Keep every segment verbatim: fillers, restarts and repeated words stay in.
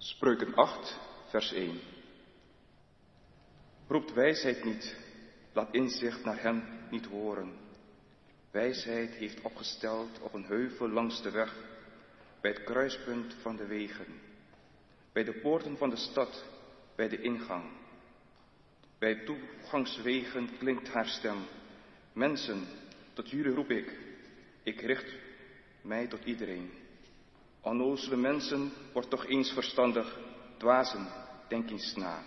Spreuken acht, vers één. Roept wijsheid niet, laat inzicht naar hem niet horen. Wijsheid heeft opgesteld op een heuvel langs de weg, bij het kruispunt van de wegen, bij de poorten van de stad, bij de ingang. Bij toegangswegen klinkt haar stem. Mensen, tot jullie roep ik, ik richt mij tot iedereen. Onnozele mensen, word toch eens verstandig, dwazen, denk eens na.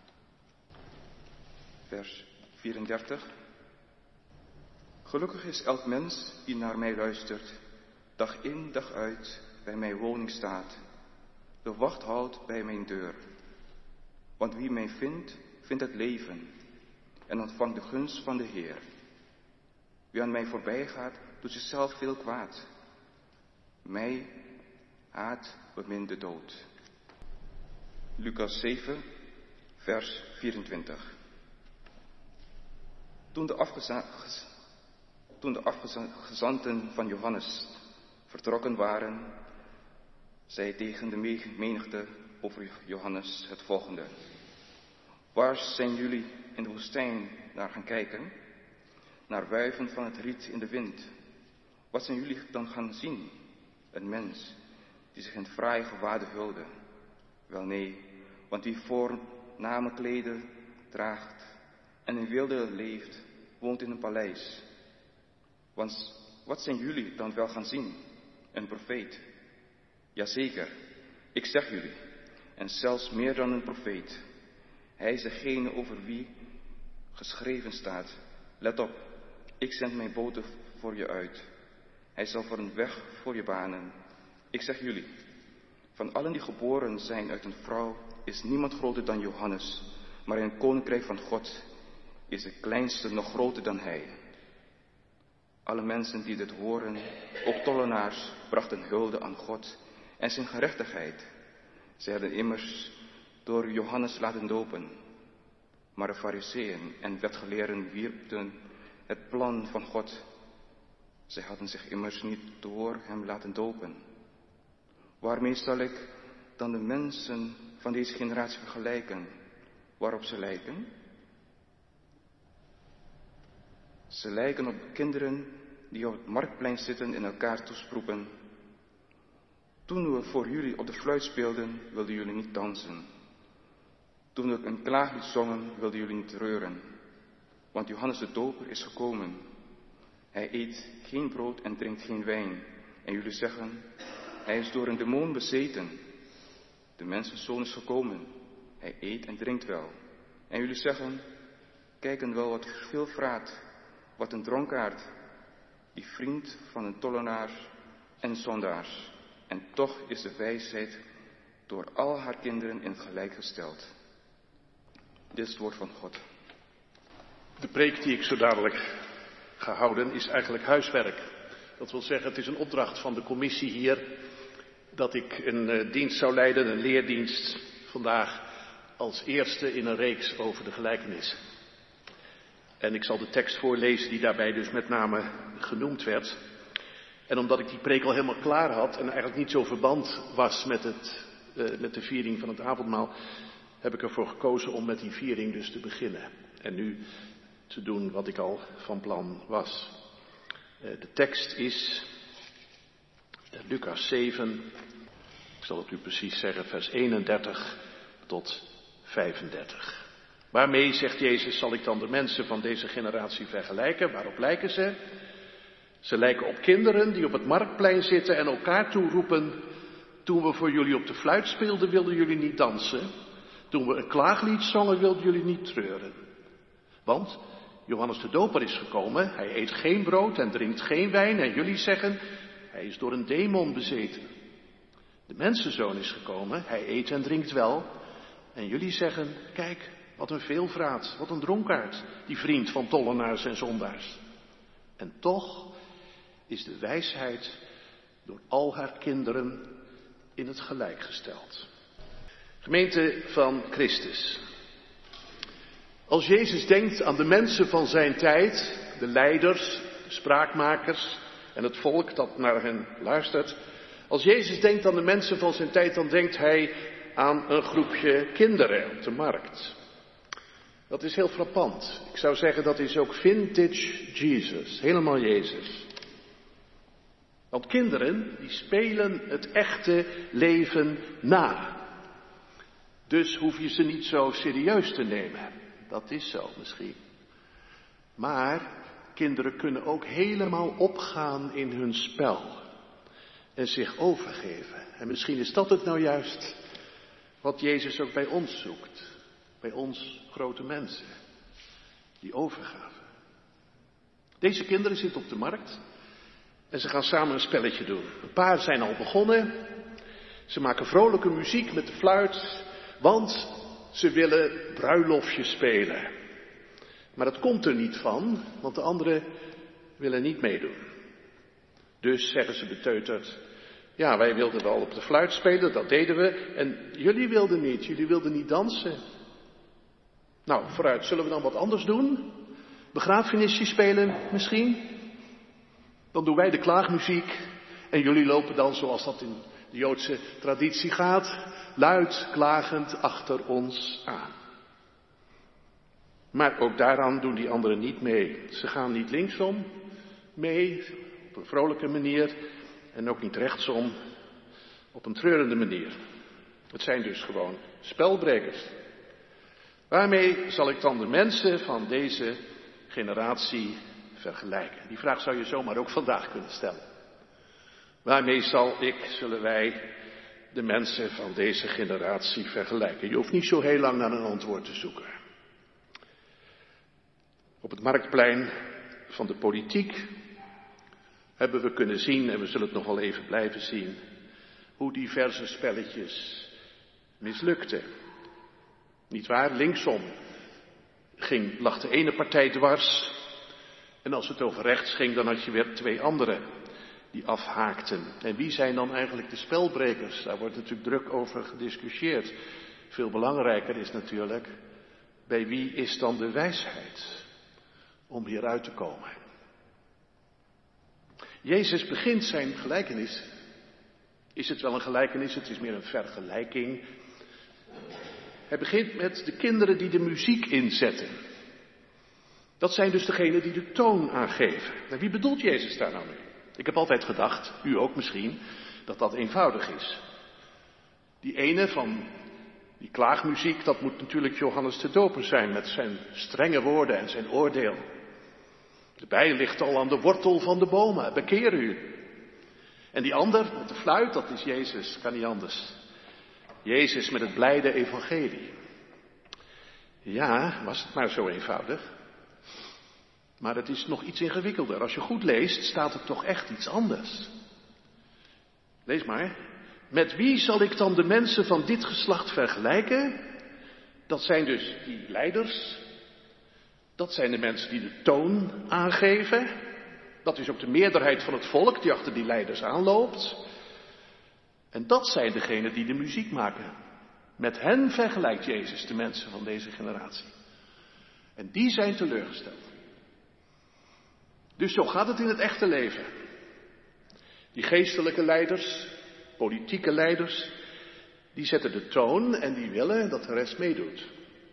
Vers vierendertig. Gelukkig is elk mens die naar mij luistert, dag in, dag uit, bij mijn woning staat, de wacht houdt bij mijn deur. Want wie mij vindt, vindt het leven en ontvangt de gunst van de Heer. Wie aan mij voorbij gaat, doet zichzelf veel kwaad. Mij haat bemint de dood. Lucas zeven, vers vierentwintig. Toen de, afgeza- toen de afgezanten van Johannes vertrokken waren, zei tegen de menigte over Johannes het volgende. Waar zijn jullie in de woestijn naar gaan kijken? Naar wuiven van het riet in de wind. Wat zijn jullie dan gaan zien? Een mens die zich in fraaie gewaden hulde. Wel nee, want wie voorname kleden draagt en in weelde leeft, woont in een paleis. Want wat zijn jullie dan wel gaan zien? Een profeet. Jazeker, ik zeg jullie, en zelfs meer dan een profeet. Hij is degene over wie geschreven staat. Let op, ik zend mijn boten voor je uit. Hij zal voor een weg voor je banen. Ik zeg jullie, van allen die geboren zijn uit een vrouw, is niemand groter dan Johannes. Maar in het koninkrijk van God is de kleinste nog groter dan hij. Alle mensen die dit horen, ook tollenaars, brachten hulde aan God en zijn gerechtigheid. Zij hadden immers door Johannes laten dopen. Maar de fariseeën en wetgeleerden wierpten het plan van God. Zij hadden zich immers niet door hem laten dopen. Waarmee zal ik dan de mensen van deze generatie vergelijken? Waarop ze lijken? Ze lijken op kinderen die op het marktplein zitten en elkaar toesproepen. Toen we voor jullie op de fluit speelden, wilden jullie niet dansen. Toen we een klaaglied zongen, wilden jullie niet treuren. Want Johannes de Doper is gekomen. Hij eet geen brood en drinkt geen wijn. En jullie zeggen, hij is door een demon bezeten. De mensenzoon is gekomen. Hij eet en drinkt wel. En jullie zeggen, kijk en wel wat veel vraat. Wat een dronkaard. Die vriend van een tollenaar en zondaars. En toch is de wijsheid door al haar kinderen in het gelijk gesteld. Dit is het woord van God. De preek die ik zo dadelijk ga houden is eigenlijk huiswerk. Dat wil zeggen, het is een opdracht van de commissie hier dat ik een uh, dienst zou leiden, een leerdienst vandaag als eerste in een reeks over de gelijkenissen. En ik zal de tekst voorlezen die daarbij dus met name genoemd werd. En omdat ik die preek al helemaal klaar had en eigenlijk niet zo verband was met, het, uh, met de viering van het avondmaal, heb ik ervoor gekozen om met die viering dus te beginnen. En nu te doen wat ik al van plan was. Uh, de tekst is uh, Lucas zeven, ik zal het u precies zeggen, vers eenendertig tot vijfendertig. Waarmee, zegt Jezus, zal ik dan de mensen van deze generatie vergelijken? Waarop lijken ze? Ze lijken op kinderen die op het marktplein zitten en elkaar toeroepen. Toen we voor jullie op de fluit speelden, wilden jullie niet dansen. Toen we een klaaglied zongen, wilden jullie niet treuren. Want Johannes de Doper is gekomen. Hij eet geen brood en drinkt geen wijn. En jullie zeggen, hij is door een demon bezeten. De mensenzoon is gekomen. Hij eet en drinkt wel. En jullie zeggen, kijk, wat een veelvraat, wat een dronkaard, die vriend van tollenaars en zondaars. En toch is de wijsheid door al haar kinderen in het gelijk gesteld. Gemeente van Christus. Als Jezus denkt aan de mensen van zijn tijd, de leiders, de spraakmakers en het volk dat naar hen luistert. Als Jezus denkt aan de mensen van zijn tijd, dan denkt hij aan een groepje kinderen op de markt. Dat is heel frappant. Ik zou zeggen, dat is ook vintage Jesus. Helemaal Jezus. Want kinderen, die spelen het echte leven na. Dus hoef je ze niet zo serieus te nemen. Dat is zo misschien. Maar kinderen kunnen ook helemaal opgaan in hun spel. En zich overgeven. En misschien is dat het nou juist wat Jezus ook bij ons zoekt. Bij ons grote mensen. Die overgave. Deze kinderen zitten op de markt. En ze gaan samen een spelletje doen. Een paar zijn al begonnen. Ze maken vrolijke muziek met de fluit. Want ze willen bruiloftjes spelen. Maar dat komt er niet van. Want de anderen willen niet meedoen. Dus zeggen ze beteuterd. Ja, wij wilden wel op de fluit spelen. Dat deden we. En jullie wilden niet. Jullie wilden niet dansen. Nou, vooruit. Zullen we dan wat anders doen? Begrafenisje spelen misschien? Dan doen wij de klaagmuziek. En jullie lopen dan, zoals dat in de Joodse traditie gaat, luid klagend achter ons aan. Maar ook daaraan doen die anderen niet mee. Ze gaan niet linksom mee, op een vrolijke manier. En ook niet rechtsom, op een treurende manier. Het zijn dus gewoon spelbrekers. Waarmee zal ik dan de mensen van deze generatie vergelijken? Die vraag zou je zomaar ook vandaag kunnen stellen. Waarmee zal ik, zullen wij, de mensen van deze generatie vergelijken? Je hoeft niet zo heel lang naar een antwoord te zoeken. Op het marktplein van de politiek hebben we kunnen zien, en we zullen het nog wel even blijven zien, hoe diverse spelletjes mislukten. Niet waar? Linksom ging, lag de ene partij dwars. En als het over rechts ging, dan had je weer twee anderen die afhaakten. En wie zijn dan eigenlijk de spelbrekers? Daar wordt natuurlijk druk over gediscussieerd. Veel belangrijker is natuurlijk, bij wie is dan de wijsheid om hieruit te komen? Jezus begint zijn gelijkenis. Is het wel een gelijkenis? Het is meer een vergelijking. Hij begint met de kinderen die de muziek inzetten. Dat zijn dus degenen die de toon aangeven. En wie bedoelt Jezus daar nou mee? Ik heb altijd gedacht, u ook misschien, dat dat eenvoudig is. Die ene van die klaagmuziek, dat moet natuurlijk Johannes de Doper zijn met zijn strenge woorden en zijn oordeel. De bij ligt al aan de wortel van de bomen, bekeer u. En die ander met de fluit, dat is Jezus, kan niet anders. Jezus met het blijde evangelie. Ja, was het maar zo eenvoudig. Maar het is nog iets ingewikkelder. Als je goed leest, staat er toch echt iets anders. Lees maar. Met wie zal ik dan de mensen van dit geslacht vergelijken? Dat zijn dus die leiders. Dat zijn de mensen die de toon aangeven. Dat is ook de meerderheid van het volk die achter die leiders aanloopt. En dat zijn degenen die de muziek maken. Met hen vergelijkt Jezus de mensen van deze generatie. En die zijn teleurgesteld. Dus zo gaat het in het echte leven. Die geestelijke leiders, politieke leiders, die zetten de toon en die willen dat de rest meedoet.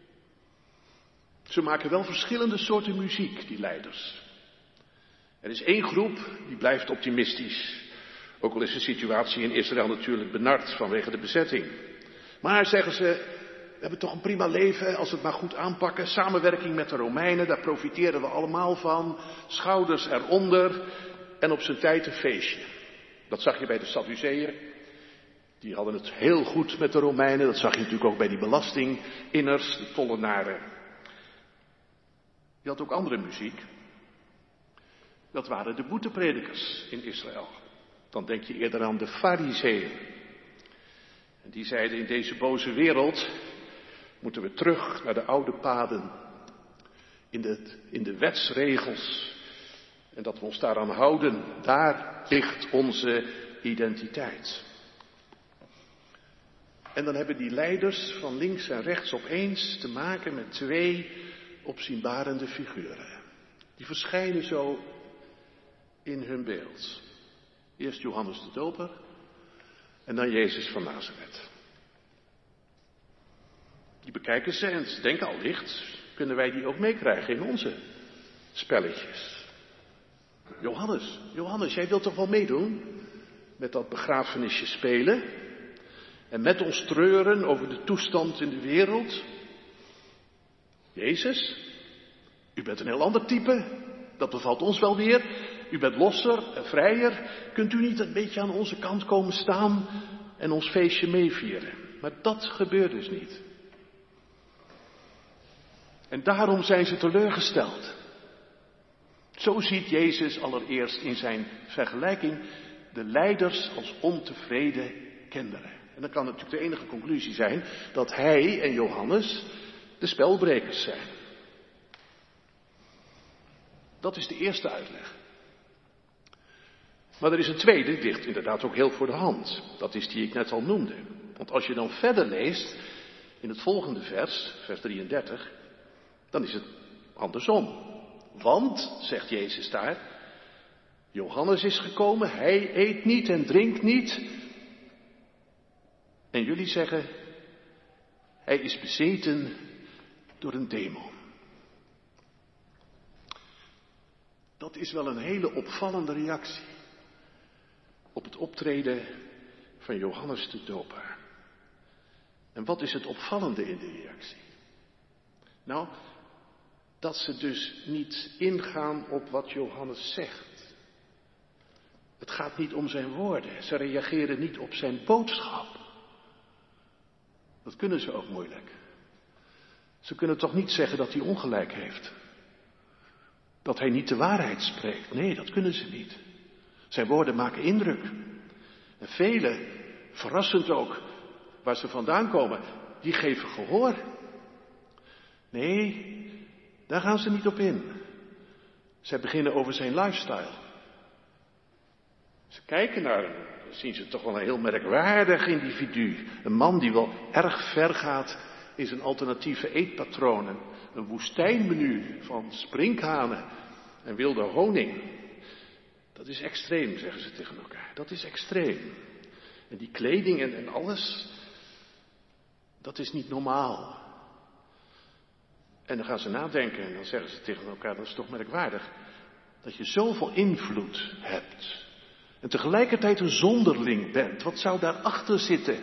Ze maken wel verschillende soorten muziek, die leiders. Er is één groep die blijft optimistisch. Ook al is de situatie in Israël natuurlijk benard vanwege de bezetting. Maar zeggen ze, we hebben toch een prima leven als we het maar goed aanpakken. Samenwerking met de Romeinen, daar profiteren we allemaal van. Schouders eronder en op zijn tijd een feestje. Dat zag je bij de Sadduceeën. Die hadden het heel goed met de Romeinen. Dat zag je natuurlijk ook bij die belastinginners, de tollenaren. Je had ook andere muziek. Dat waren de boetepredikers in Israël. Dan denk je eerder aan de Farizeeën. En die zeiden, in deze boze wereld moeten we terug naar de oude paden. In de, in de wetsregels. En dat we ons daaraan houden. Daar ligt onze identiteit. En dan hebben die leiders van links en rechts opeens te maken met twee opzienbarende figuren. Die verschijnen zo in hun beeld. Eerst Johannes de Doper En dan Jezus van Nazareth. Die bekijken ze en ze denken allicht, kunnen wij die ook meekrijgen in onze spelletjes. Johannes, Johannes, jij wilt toch wel meedoen met dat begrafenisje spelen? En met ons treuren over de toestand in de wereld? Jezus, u bent een heel ander type, dat bevalt ons wel weer. U bent losser en vrijer. Kunt u niet een beetje aan onze kant komen staan en ons feestje meevieren? Maar dat gebeurt dus niet. En daarom zijn ze teleurgesteld. Zo ziet Jezus allereerst in zijn vergelijking de leiders als ontevreden kinderen. En dan kan natuurlijk de enige conclusie zijn dat hij en Johannes de spelbrekers zijn. Dat is de eerste uitleg. Maar er is een tweede, die ligt inderdaad ook heel voor de hand. Dat is die ik net al noemde. Want als je dan verder leest, in het volgende vers, vers drieëndertig, dan is het andersom. Want, zegt Jezus daar, Johannes is gekomen, hij eet niet en drinkt niet. En jullie zeggen, hij is bezeten door een demon. Dat is wel een hele opvallende reactie op het optreden van Johannes de Doper. En wat is het opvallende in de reactie? Nou, dat ze dus niet ingaan op wat Johannes zegt. Het gaat niet om zijn woorden. Ze reageren niet op zijn boodschap. Dat kunnen ze ook moeilijk. Ze kunnen toch niet zeggen dat hij ongelijk heeft. Dat hij niet de waarheid spreekt. Nee, dat kunnen ze niet. Zijn woorden maken indruk. En velen, verrassend ook, waar ze vandaan komen, die geven gehoor. Nee, daar gaan ze niet op in. Zij beginnen over zijn lifestyle. Ze kijken naar hem, dan zien ze toch wel een heel merkwaardig individu. Een man die wel erg ver gaat in zijn alternatieve eetpatronen. Een woestijnmenu van sprinkhanen en wilde honing. Dat is extreem, zeggen ze tegen elkaar. Dat is extreem. En die kleding en, en alles, dat is niet normaal. En dan gaan ze nadenken en dan zeggen ze tegen elkaar, dat is toch merkwaardig, dat je zoveel invloed hebt. En tegelijkertijd een zonderling bent. Wat zou daarachter zitten?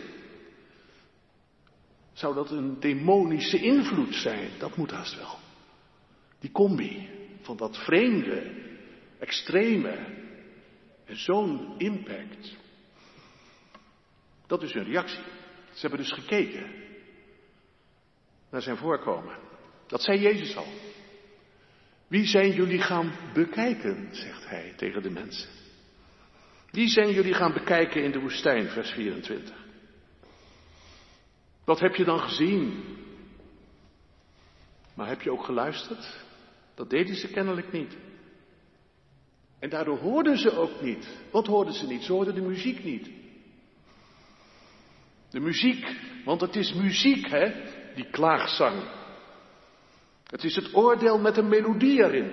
Zou dat een demonische invloed zijn? Dat moet haast wel. Die combi van dat vreemde, extreme en zo'n impact. Dat is hun reactie. Ze hebben dus gekeken naar zijn voorkomen. Dat zei Jezus al. Wie zijn jullie gaan bekijken, zegt hij tegen de mensen. Wie zijn jullie gaan bekijken in de woestijn, vers vierentwintig. Wat heb je dan gezien? Maar heb je ook geluisterd? Dat deden ze kennelijk niet. En daardoor hoorden ze ook niet. Wat hoorden ze niet? Ze hoorden de muziek niet. De muziek, want het is muziek, hè, die klaagzang. Het is het oordeel met een melodie erin.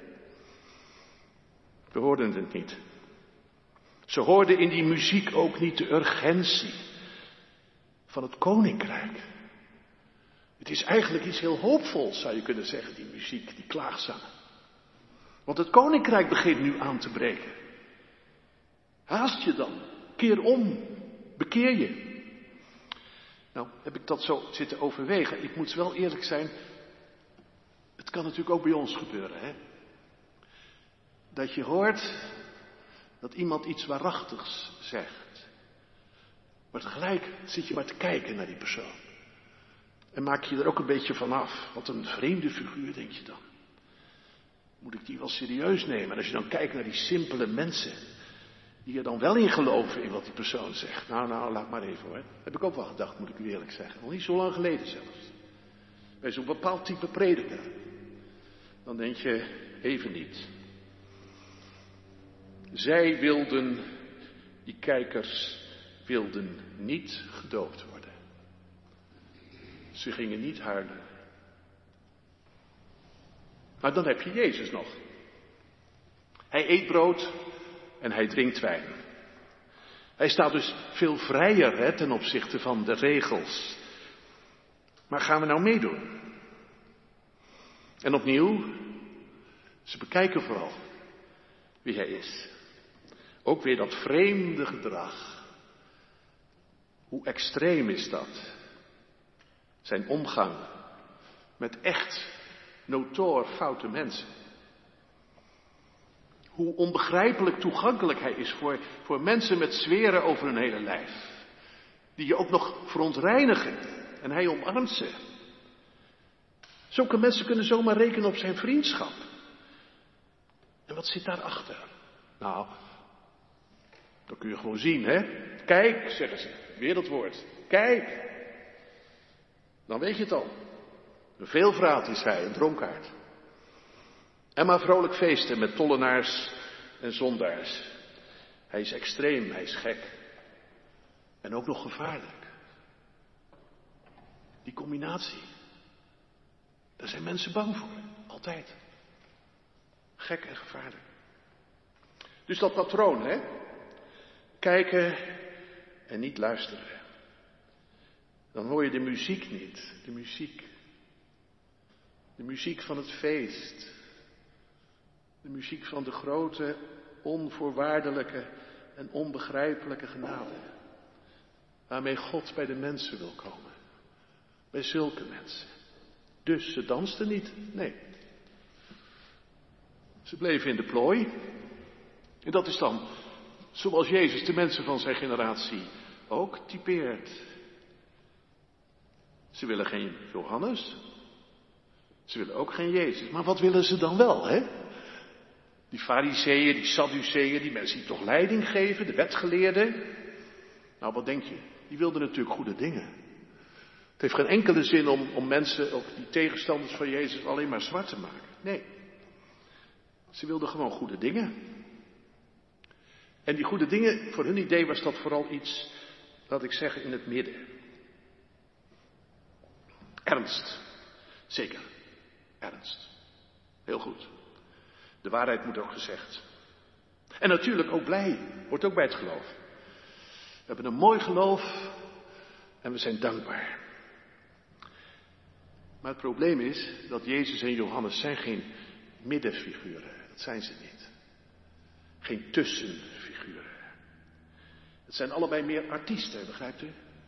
We hoorden het niet. Ze hoorden in die muziek ook niet de urgentie van het koninkrijk. Het is eigenlijk iets heel hoopvols, zou je kunnen zeggen, die muziek, die klaagzang. Want het koninkrijk begint nu aan te breken. Haast je dan, keer om, bekeer je. Nou, heb ik dat zo zitten overwegen. Ik moet wel eerlijk zijn, het kan natuurlijk ook bij ons gebeuren, hè. Dat je hoort dat iemand iets waarachtigs zegt. Maar tegelijk zit je maar te kijken naar die persoon. En maak je er ook een beetje van af. Wat een vreemde figuur, denk je dan. Moet ik die wel serieus nemen? En als je dan kijkt naar die simpele mensen, die er dan wel in geloven in wat die persoon zegt. Nou, nou, laat maar even hoor. Heb ik ook wel gedacht, moet ik u eerlijk zeggen. Nog niet zo lang geleden zelfs. Bij zo'n bepaald type prediker. Dan denk je, even niet. Zij wilden, die kijkers, wilden niet gedoopt worden. Ze gingen niet huilen. Maar dan heb je Jezus nog. Hij eet brood en hij drinkt wijn. Hij staat dus veel vrijer hè, ten opzichte van de regels. Maar gaan we nou meedoen? En opnieuw, ze bekijken vooral wie hij is. Ook weer dat vreemde gedrag. Hoe extreem is dat? Zijn omgang met echt notoor foute mensen. Hoe onbegrijpelijk toegankelijk hij is voor, voor mensen met zweren over hun hele lijf. Die je ook nog verontreinigen. En hij omarmt ze. Zulke mensen kunnen zomaar rekenen op zijn vriendschap. En wat zit daarachter? Nou, dat kun je gewoon zien, hè? Kijk, zeggen ze. Weer dat woord. Kijk. Dan weet je het al. Een veelvraat is hij, een dronkaard. En maar vrolijk feesten met tollenaars en zondaars. Hij is extreem, hij is gek. En ook nog gevaarlijk. Die combinatie. Daar zijn mensen bang voor. Altijd. Gek en gevaarlijk. Dus dat patroon, hè? Kijken en niet luisteren. Dan hoor je de muziek niet. De muziek. De muziek van het feest. De muziek van de grote, onvoorwaardelijke en onbegrijpelijke genade. Waarmee God bij de mensen wil komen. Bij zulke mensen. Dus ze dansten niet. Nee. Ze bleven in de plooi. En dat is dan zoals Jezus de mensen van zijn generatie ook typeert. Ze willen geen Johannes. Ze willen ook geen Jezus. Maar wat willen ze dan wel, hè? Die fariseeën, die sadduceeën, die mensen die toch leiding geven, de wetgeleerden. Nou, wat denk je? Die wilden natuurlijk goede dingen. Het heeft geen enkele zin om, om mensen, ook die tegenstanders van Jezus, alleen maar zwart te maken. Nee. Ze wilden gewoon goede dingen. En die goede dingen, voor hun idee was dat vooral iets, laat ik zeggen, in het midden. Ernst. Zeker. Ernst. Heel goed. De waarheid moet ook gezegd. En natuurlijk ook blij. Hoort ook bij het geloof. We hebben een mooi geloof. En we zijn dankbaar. Maar het probleem is dat Jezus en Johannes zijn geen middenfiguren. Dat zijn ze niet. Geen tussenfiguren. Het zijn allebei meer artiesten, begrijpt u?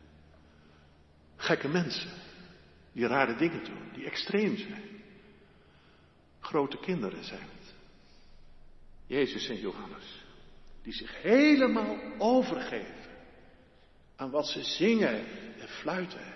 Gekke mensen. Die rare dingen doen. Die extreem zijn. Grote kinderen zijn het. Jezus en Johannes. Die zich helemaal overgeven. Aan wat ze zingen en fluiten.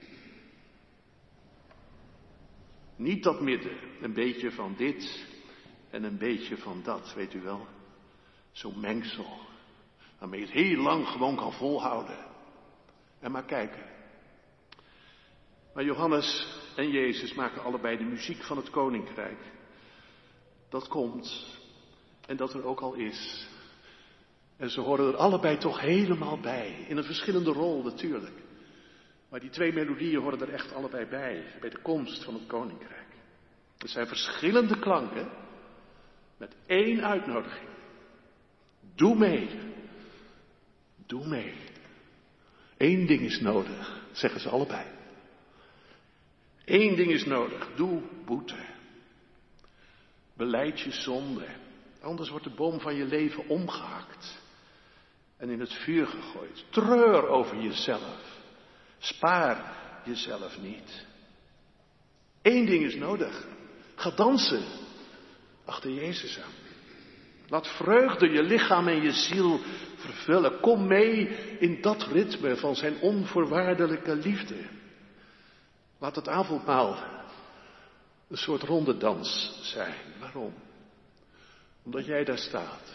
Niet dat midden. Een beetje van dit en een beetje van dat, weet u wel. Zo'n mengsel. Waarmee je het heel lang gewoon kan volhouden. En maar kijken. Maar Johannes en Jezus maken allebei de muziek van het koninkrijk. Dat komt. En dat er ook al is. En ze horen er allebei toch helemaal bij. In een verschillende rol natuurlijk. Maar die twee melodieën horen er echt allebei bij. Bij de komst van het koninkrijk. Het zijn verschillende klanken. Met één uitnodiging. Doe mee. Doe mee. Eén ding is nodig, zeggen ze allebei. Eén ding is nodig. Doe boete. Belijd je zonde. Anders wordt de boom van je leven omgehakt. En in het vuur gegooid. Treur over jezelf. Spaar jezelf niet. Eén ding is nodig. Ga dansen. Achter Jezus aan. Laat vreugde je lichaam en je ziel vervullen. Kom mee in dat ritme van zijn onvoorwaardelijke liefde. Laat het avondmaal een soort ronde dans zijn. Waarom? Omdat jij daar staat.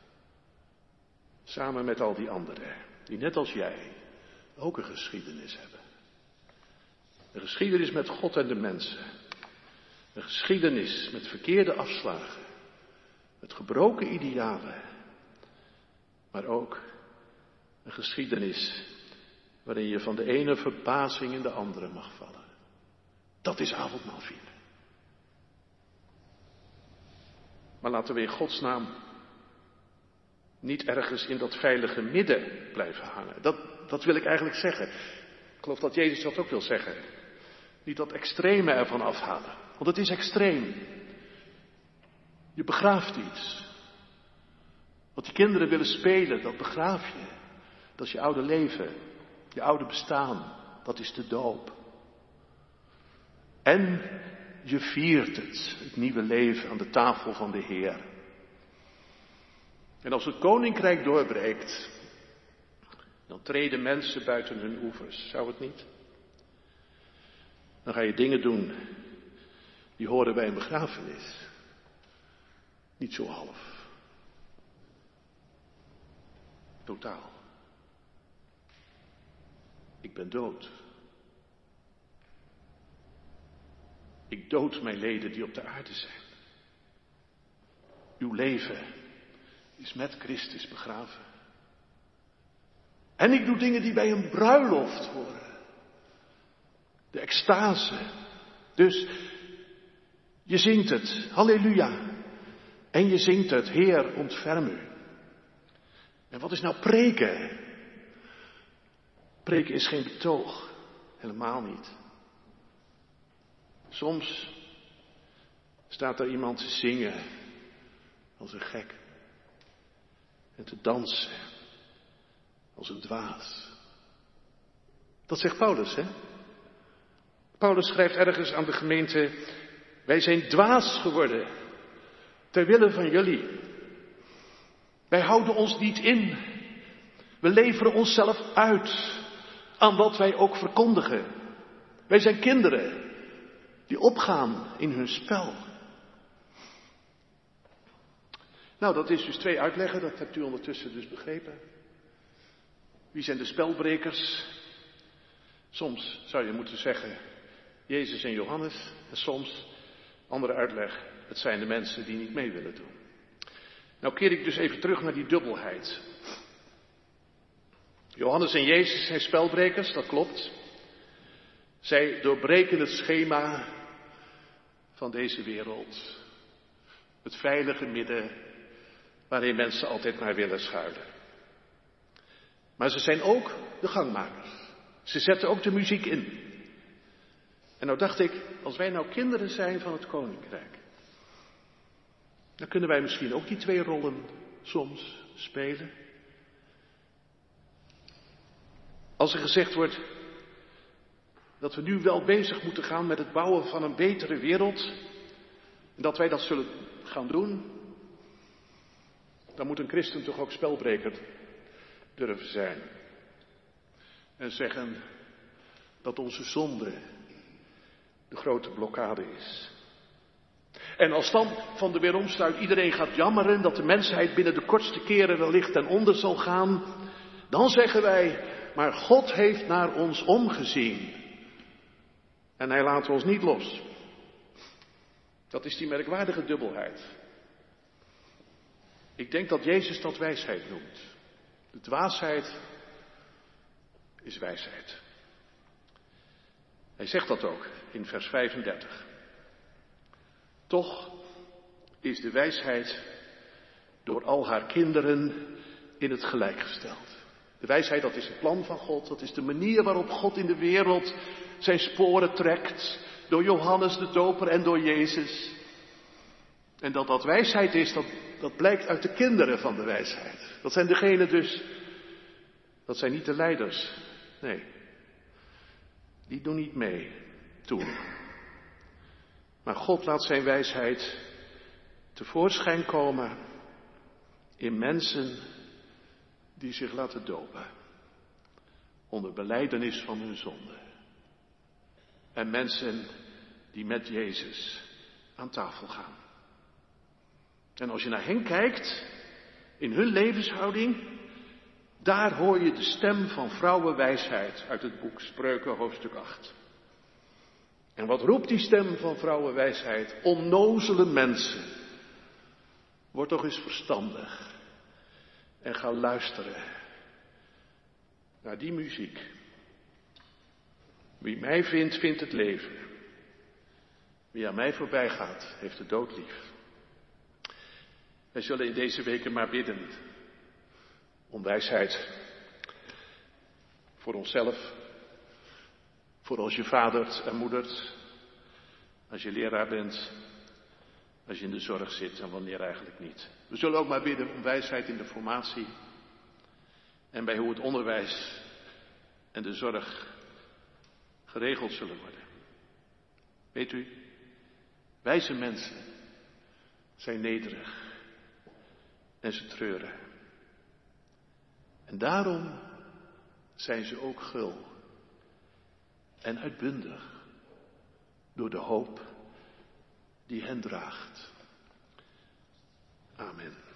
Samen met al die anderen. Die net als jij ook een geschiedenis hebben. Een geschiedenis met God en de mensen. Een geschiedenis met verkeerde afslagen. Met gebroken idealen. Maar ook een geschiedenis waarin je van de ene verbazing in de andere mag vallen. Dat is avondmaal vieren. Maar laten we in Gods naam Niet ergens in dat veilige midden blijven hangen. Dat, dat wil ik eigenlijk zeggen. Ik geloof dat Jezus dat ook wil zeggen. Niet dat extreme ervan afhalen. Want het is extreem. Je begraaft iets. Wat die kinderen willen spelen, dat begraaf je. Dat is je oude leven. Je oude bestaan. Dat is de doop. En je viert het. Het nieuwe leven aan de tafel van de Heer. En als het koninkrijk doorbreekt, dan treden mensen buiten hun oevers. Zou het niet? Dan ga je dingen doen die horen bij een begrafenis. Niet zo half. Totaal. Ik ben dood. Ik dood mijn leden die op de aarde zijn. Uw leven is met Christus begraven. En ik doe dingen die bij een bruiloft horen. De extase. Dus je zingt het, halleluja. En je zingt het, Heer, ontferm u. En wat is nou preken? Preken is geen betoog. Helemaal niet. Soms staat er iemand te zingen als een gek. En te dansen als een dwaas. Dat zegt Paulus, hè? Paulus schrijft ergens aan de gemeente: wij zijn dwaas geworden ter wille van jullie. Wij houden ons niet in. We leveren onszelf uit aan wat wij ook verkondigen. Wij zijn kinderen die opgaan in hun spel. Nou, dat is dus twee uitleggen, dat hebt u ondertussen dus begrepen. Wie zijn de spelbrekers? Soms zou je moeten zeggen Jezus en Johannes. En soms, andere uitleg, het zijn de mensen die niet mee willen doen. Nou keer ik dus even terug naar die dubbelheid. Johannes en Jezus zijn spelbrekers, dat klopt. Zij doorbreken het schema van deze wereld. Het veilige midden waarin mensen altijd maar willen schuilen. Maar ze zijn ook de gangmakers. Ze zetten ook de muziek in. En nou dacht ik, als wij nou kinderen zijn van het koninkrijk, dan kunnen wij misschien ook die twee rollen soms spelen. Als er gezegd wordt dat we nu wel bezig moeten gaan met het bouwen van een betere wereld, en dat wij dat zullen gaan doen, dan moet een christen toch ook spelbreker durven zijn. En zeggen dat onze zonde de grote blokkade is. En als dan van de weeromstuit iedereen gaat jammeren dat de mensheid binnen de kortste keren wellicht ten onder zal gaan, dan zeggen wij, maar God heeft naar ons omgezien. En hij laat ons niet los. Dat is die merkwaardige dubbelheid. Ik denk dat Jezus dat wijsheid noemt. De dwaasheid is wijsheid. Hij zegt dat ook in vers vijfendertig. Toch is de wijsheid door al haar kinderen in het gelijk gesteld. De wijsheid, dat is het plan van God. Dat is de manier waarop God in de wereld zijn sporen trekt. Door Johannes de Doper en door Jezus. En dat dat wijsheid is, dat, dat blijkt uit de kinderen van de wijsheid. Dat zijn degenen dus, dat zijn niet de leiders. Nee, die doen niet mee toen. Maar God laat zijn wijsheid tevoorschijn komen in mensen die zich laten dopen. Onder belijdenis van hun zonde. En mensen die met Jezus aan tafel gaan. En als je naar hen kijkt, in hun levenshouding, daar hoor je de stem van vrouwenwijsheid uit het boek Spreuken hoofdstuk acht. En wat roept die stem van vrouwenwijsheid? Onnozele mensen. Word toch eens verstandig. En ga luisteren naar die muziek. Wie mij vindt, vindt het leven. Wie aan mij voorbij gaat, heeft de dood lief. Wij zullen in deze weken maar bidden om wijsheid voor onszelf, voor als je vadert en moedert, als je leraar bent, als je in de zorg zit en wanneer eigenlijk niet. We zullen ook maar bidden om wijsheid in de formatie en bij hoe het onderwijs en de zorg geregeld zullen worden. Weet u, wijze mensen zijn nederig en ze treuren. En daarom zijn ze ook gul en uitbundig door de hoop die hen draagt. Amen.